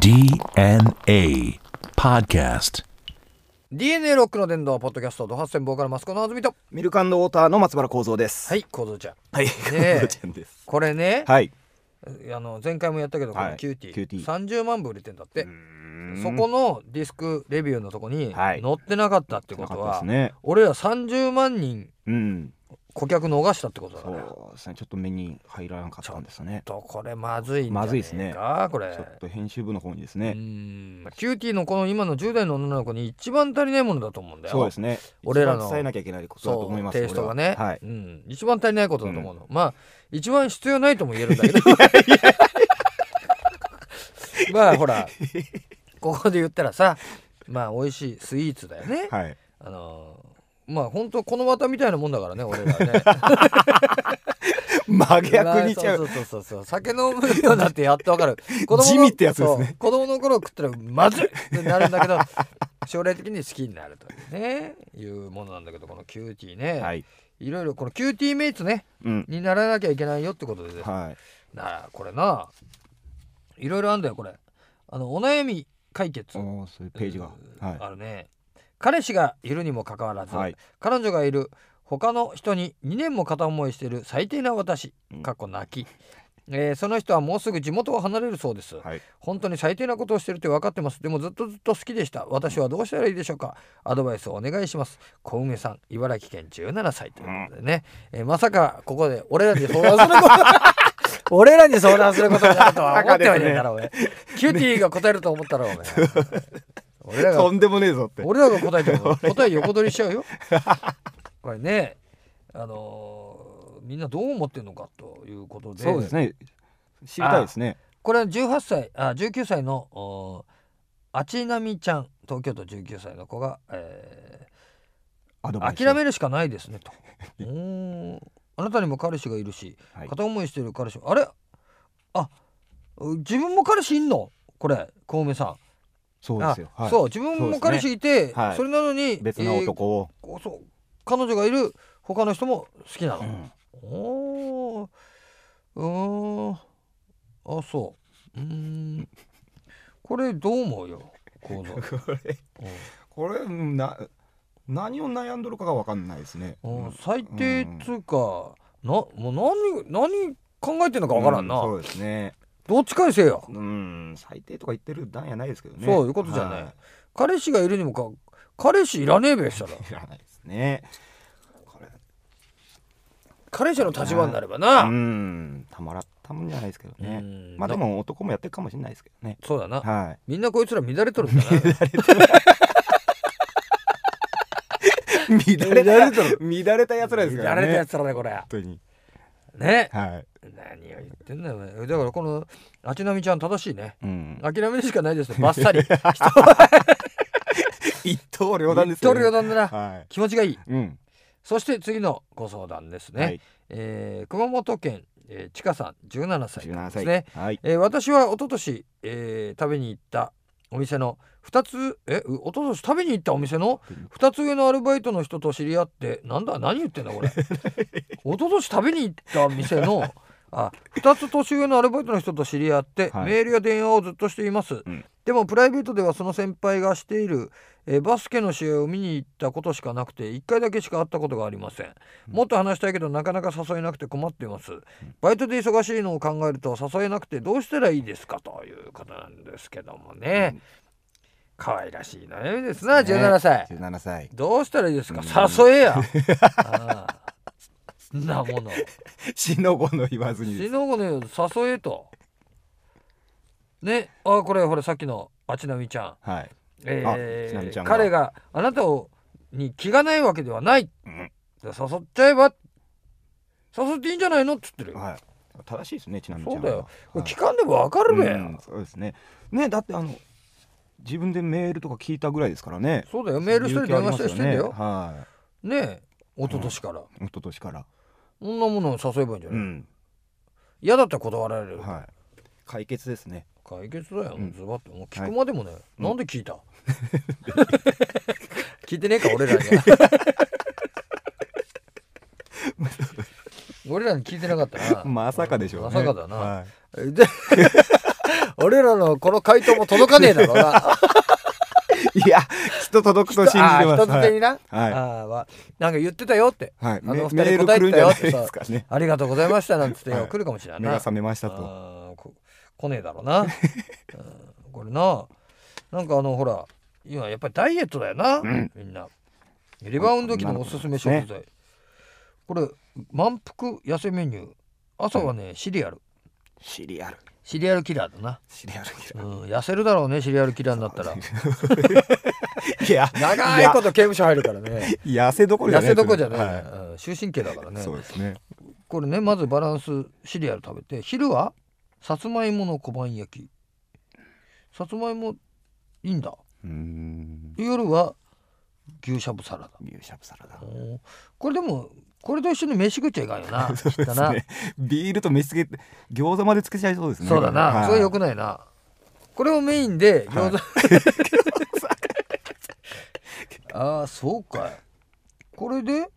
DNA Podcast DNA ロックの伝道ポッドキャストドハッセンボーカルマスコのあずみとミルク&ウォーターの松原幸三です。 はい構造ちゃんはい、 ね幸三ちゃんです。 これね、 はい。 前回もやったけどこのはいキューティー、 QT 30万部売れてんだって。 うーんそこのディスクレビューのとこにはい載ってなかったってことなかったは、 ですね。 俺ら30万人うん。 顧客逃したってことだそから、 うですね。ちょっと目に入らなかったんですね。 これまずいんじゃねまずいですねえかこれ。 ちょっと編集部の方にですうね。 んキューティーのこの今の10代の女の子に一番足りないものだと思うんだよ。 そうですね。 俺らの一番伝えなきゃいけないことだと思います。 テイストがね、 俺ははい。 一番足りないことだと思うの、まあ一番必要ないとも言えるんだけどまあほらここで言ったらさ、まあ美味しいスイーツだよね。 はい。 まあ本当この綿みたいなもんだからね俺らはね真逆にちゃう。 そう酒飲むようになってやっとわかる地味ってやつですね。 そう子供の頃食ったらまずいってなるんだけど将来的に好きになるというねいうものなんだけど、このキューティーね、 はい。 いろいろこのキューティーメイツねうん。 にならなきゃいけないよってことで、 はい。 ならこれないろいろあるんだよこれ。お悩み解決おー、そういうページが。はい。 あるね。彼氏がいるにもかかわらず、 はい彼女がいる他の人に2年も片思いしている最低な私、かっこ泣き、その人はもうすぐ地元を離れるそうです。 はい。 本当に最低なことをしてるって分かってます。でもずっと好きでした。私はどうしたらいいでしょうか。アドバイスをお願いします。小梅さん、茨城県17歳ということでね、まさかここで俺らに相談すること俺らに相談することになるとは思ってはいないだろうね。キューティーが答えると思ったらお前俺らがとんでもねえぞって。 俺らが答えても答え横取りしちゃうよこれね。みんなどう思ってるのかということで、 そうですね。知りたいですね。 これは19歳のあちなみちゃん、東京都19歳の子が、 アドバイスを諦めるしかないですねとあなたにも彼氏がいるし、 はい片思いしてる彼氏、あれ自分も彼氏いんのこれ小梅さん。 そうですよ。はい。 そう自分も彼氏いてはいそれなのに別の男を。 そう彼女がいる他の人も好きなの、そうこれどう思うよ構造これ何を悩んどるかが分かんないですね。 最低っつうか、もう何考えてんのか分からんな、 そうですね。 どっちかにせよ。 最低とか言ってる段やないですけどね。 そういうことじゃない、 はい彼氏がいるにもか彼氏いらねえべしたらいらないですね。これ彼氏の立場になればな、 たまらったもんじゃないですけどね。 うんまあでも男もやってるかもしれないですけどね。 そうだな、 はい。 みんなこいつら乱れとるんだな乱れたやつらですからね。 乱れたやつらだこれ本当に。 ね、 はい。 何を言ってんだよお前。だからこのあちなみちゃん正しいね、 うん。 諦めるしかないですねバッサリ一刀両断です一よね。 刀両断だな、 はい。 気持ちがいい。 うん。 そして次のご相談ですね、 はい。 熊本県、ちかさん17歳 17歳。 ですね。 はい。 私は一昨年、食べに行ったお店の2つ一昨年食べに行ったお店の2つ上のアルバイトの人と知り合って、何言ってんだこれ一昨年食べに行った店の2つ年上のアルバイトの人と知り合って、 はいメールや電話をずっとしています、でもプライベートではその先輩がしている、バスケの試合を見に行ったことしかなくて1回だけしか会ったことがありません。もっと話したいけどなかなか誘えなくて困っています。バイトで忙しいのを考えると誘えなくてどうしたらいいですかということなんですけどもね、可愛らしい悩みですな、17歳。 17歳。 どうしたらいいですか、誘えやそんなものしのごの言わずにです。 しのごの誘えとね。これほらさっきのあちなみちゃん、 はい。ちなみちゃんが彼があなたに気がないわけではない、誘っちゃえば誘っていいんじゃないのって言ってる、 はい。正しいですね、ちなみちゃんは。 そうだよ、これはい聞かんでも分かるべ、 そうですね。ね、だって自分でメールとか聞いたぐらいですからね。 そうだよ、メールしたり電話したりしてんだよはねえ、一昨年から、 い。一昨年から。 そんなものを誘えばいいんじゃない、 うん。 嫌だったら断られる、 はい。解決ですね。 解決だよ、ズバッともう聞くまでもね、なんで聞いた聞いてねえか俺らには俺らに聞いてなかったな。 まさかでしょうね。 まさかだな、 はで俺らのこの回答も届かねえだろうないや、きっと届くと信じてます。 人づてにな、 はいなんか言ってたよって、 はい、 あのメ二人答えてたよってメール来るんじゃないでさすかね。 ありがとうございましたなんつってよ、 はい来るかもしれないな。 目が覚めましたと。 来ねえだろうな、これな、なんかほら今やっぱりダイエットだよな、みんなリバウンド期のおすすめ食材、これ満腹痩せメニュー、朝はね、シリアルシリアルキラーだな。 シリアルキラー。 痩せるだろうね、シリアルキラーになったら。 いや、 長いこと刑務所入るからね。 痩せどころじゃない。 痩せどころじゃね、 は終身刑だからね。 そうですね。 これね、まずバランスシリアル食べて、昼はさつまいもの小判焼き。さつまいもいいんだ。夜は牛しゃぶサラダ。 牛しゃぶサラダ。 これでもこれと一緒に飯食っちゃいかんよな。 そうですね。ビールと飯つけて餃子までつけちゃいそうですね。 そうだな、 はい、 それ良くないな。これをメインで餃子、ああそうかい。これで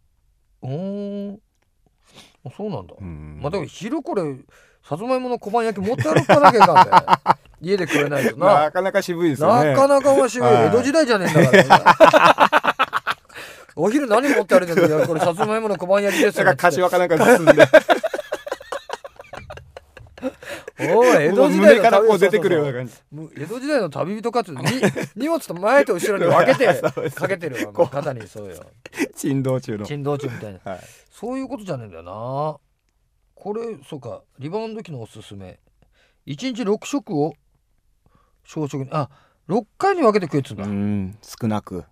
そうなんだ。まあでも昼これさつまいもの小判焼き持って歩かなきゃいかんね家で食えないとな。 なかなか渋いですよね。 なかなか面白い、 はい、 江戸時代じゃねえんだからお昼何持って歩いてんだよ、これさつまいもの小判焼きですよ。 なんか柏かなんか包んでおい、江戸時代の胸からこう出てくるような感じ。 江戸時代の旅人かつ荷物と前と後ろに分けてかけてるわ、肩に。そうよ、 珍道中の珍道中みたいな、 はい、 そういうことじゃねえんだよな。これそうか、リバウンド期のおすすめ、1日6食を朝食に6回に分けて食えっつうんだ。 少なく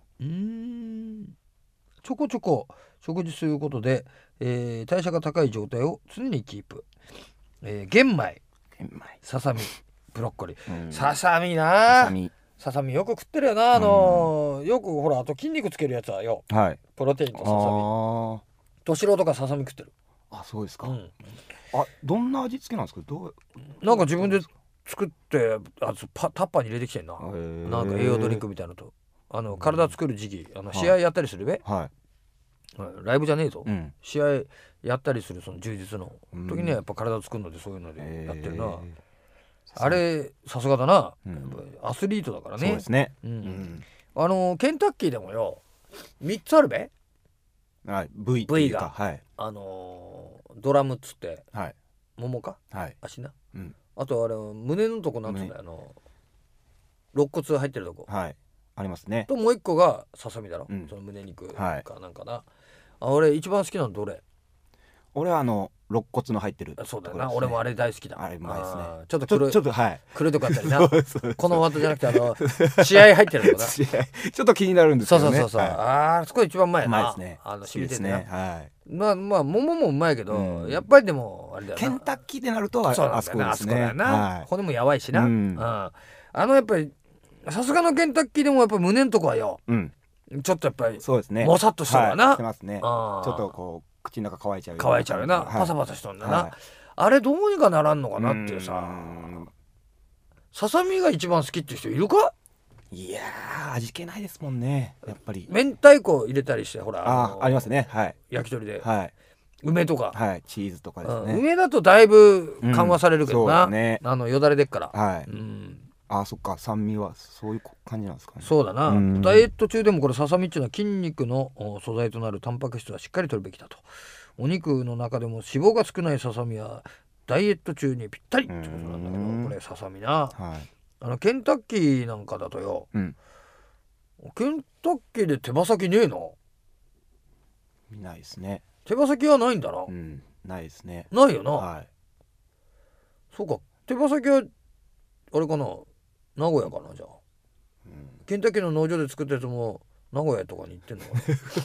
ちょこちょこ食事することで、代謝が高い状態を常にキープ。玄米、ささみ、ブロッコリー、ささみな、ささみよく食ってるよな。よくほら、あと筋肉つけるやつはよ、 はい、 プロテインとささみ、としろとかささみ食ってる。 あ、そうですか。どんな味付けなんですか。 なんか自分で作ってタッパーに入れてきてんな。なんか栄養ドリンクみたいなと、体作る時期、試合やったりするべ、ライブじゃねえぞ、試合やったりするその充実の時にはやっぱ体作るので、そういうのでやってるな。あれさすがだな、アスリートだからね。 そうですね。 ケンタッキーでもよ3つあるべ、 部位が、 ドラムっつって、ももか、足な、あと胸のとこなんつうんだよ、肋骨入ってるとこ、 ありますね。 ともう一個がささみだろ、その胸肉かなんかな。俺一番好きなのどれ？ 俺は肋骨の入ってる。 そうだよな、俺もあれ大好きだ。 あれうまいですね。 ちょっと黒い、黒いとこあったりなこのワットじゃなくて試合入ってるとこなちょっと気になるんですけどね。 そう、あそこ一番うまいな。 うまいですね。 染みてるね。 まあもももうまいけど、やっぱりでもあれだよな、 ケンタッキーでなるとあそこですね。 だよな、骨もやばいしな。やっぱりさすがのケンタッキーでもやっぱ胸のとこはよ、ちょっとやっぱりそうですね、 もさっとしてるわな。 してますね。ちょっとこう口の中乾いちゃうよな、パサパサしとんだな。あれどうにかならんのかなっていうさ。ささみが一番好きって人いるか？ いやー、味気ないですもんね、やっぱり。 明太子入れたりして、ほらありますね。 焼き鳥で、梅とか、 チーズとかですね。 梅だとだいぶ緩和されるけどな、よだれでっから。そっか、酸味はそういう感じなんですかね。 そうだな。ダイエット中でもこれささみっていうのは筋肉の素材となるタンパク質はしっかり摂るべきだと。お肉の中でも脂肪が少ないささみはダイエット中にぴったりってことなんだけど、これささみな、ケンタッキーなんかだとよ、ケンタッキーで手羽先ねえの？ 見ないですね。 手羽先はないんだな。 ないですね。 ないよな。そうか、手羽先はあれかな、名古屋かな。じゃあ、ケンタッキーの農場で作ったやつも名古屋とかに行ってんのかな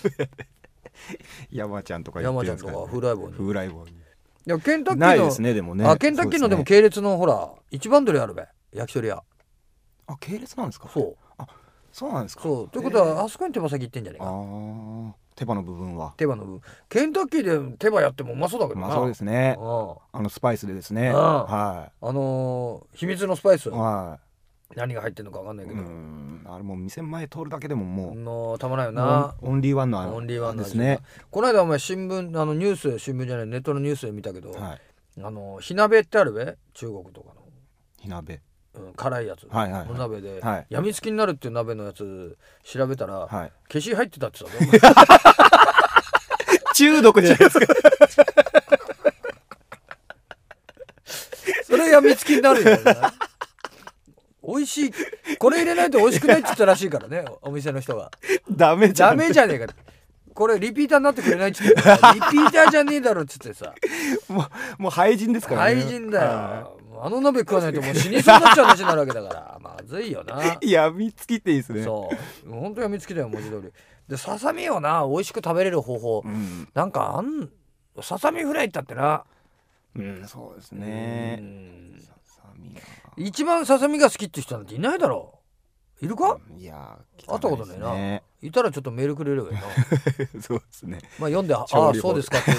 山ちゃんとか行ってるんですかね。 山ちゃんとか風来坊に。いやケンタッキーのないですね。でもね、 ケンタッキーのでも系列のほら一番鳥あるべ、焼き鳥屋。 系列なんですか。そうなんですか。 そうということはあそこに手羽先行ってんじゃねえか。 手羽の部分は。 手羽の部分、ケンタッキーで手羽やってもうまそうだけどな。 そうですね。スパイスでですね。 秘密のスパイス。何が入ってるのか分かんないけど、 あれもう店前通るだけでももうたまらんよな。 オンリーワンのですね。 この間お前新聞ニュース、新聞じゃないネットのニュースで見たけど、火鍋ってあるべ、中国とかの火鍋、 辛いやつはいはいはいの鍋で、 はい、 やみつきになるっていう鍋のやつ調べたら、 はい、 消し入ってたってさ中毒じゃないですかそれやみつきになるよね美味しいこれ入れないと美味しくないって言ったらしいからねお店の人がダメじゃんダメじゃねえかこれリピーターになってくれないって言ってリピーターじゃねえだろっつってさもう廃人ですからね。 廃人だよあの鍋食わないともう死にそうになっちゃう話になるわけだからまずいよなやみつきっていいですね。 そう本当やみつきだよ文字通りでささみをな美味しく食べれる方法、なんかささみフライったってなそうですね。ささみ一番ささみが好きって人なんていないだろういるか、 いや会ったことないな。いたらちょっとメールくれるよなそうですね。 まあ読んでああそうですかって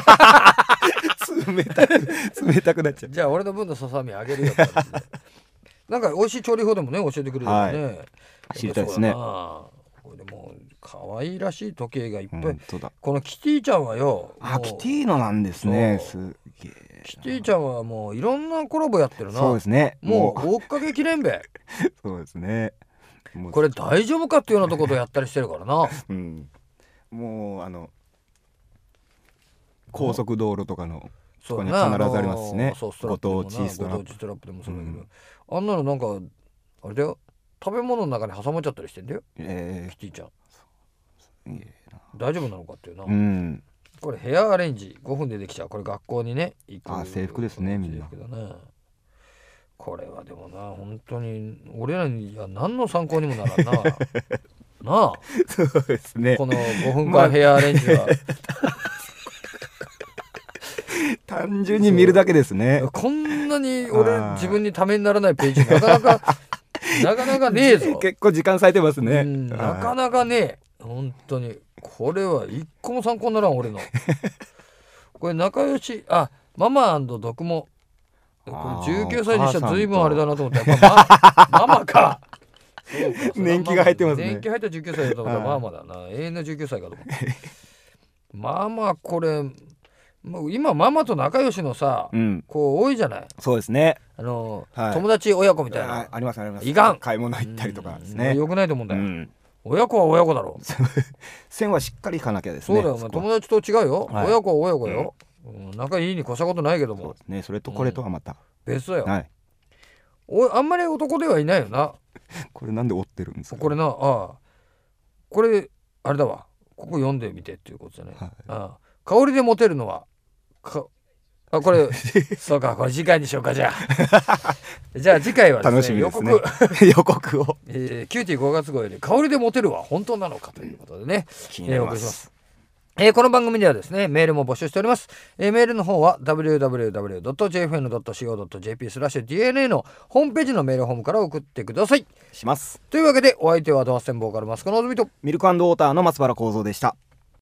冷たくなっちゃう。 じゃあ俺の分のささみあげるよってなんか美味しい調理法でもね教えてくれるよね、 知りたいですね。 これでも可愛らしい時計がいっぱい、 だこのキティちゃんはよキティのなんですね。すげえ。 キティちゃんはもういろんなコラボやってるな。 そうですね。 もう追っかけ記念日そうですね。 これ大丈夫かっていうようなところやったりしてるからなもう高速道路とかのそうに必ずありますしね。 ご当地ストラップでもそうだけど、あんなのなんかあれだよ食べ物の中に挟まっちゃったりしてんだよ、キティちゃん大丈夫なのかっていうな、これヘアアレンジ5分でできちゃう。これ学校にね行く制服ですねみんな。 これはでもな本当に俺らには何の参考にもならんななあそうですね。 この5分間ヘアアレンジは、 単純に見るだけですね。 こんなに俺自分にためにならないページなかなかねえぞ結構時間割いてますね。 なかなかねえ本当にこれは一個も参考にならん俺のこれ仲良しママ&ドクモこれ19歳にしたら随分あれだなと思ってやっぱママか年季が入ってますね。 年季入った19歳だと思ったらママだな永遠の19歳かと思ってママこれもう今ママと仲良しのさ、こう多いじゃない。 そうですね。 友達親子みたいなありますあります。 いかん買い物行ったりとかですね。 よくないと思うんだよ、親子は親子だろ線はしっかりいかなきゃですね。 そうだよ友達と違うよ、親子は親子よ、仲いいに越したことないけどもそうですね。それとこれとはまた別だよ、あんまり男ではいないよなこれなんで折ってるんですか。 これなこれあれだわここ読んでみてっていうことだね、香りでモテるのはこれそうかこれ次回にしようかじゃあ次回はですね楽しみですね予告を、 キューティー5月号より香りでモテるは本当なのかということでね、お送りします。この番組ではですねメールも募集しております。メールの方は www.jfn.co.jp/dna のホームページのメールホームから送ってください。 します。 というわけでお相手はドアステンボーカルマスコのぞみとミルク&ウォーターの松原幸三でした。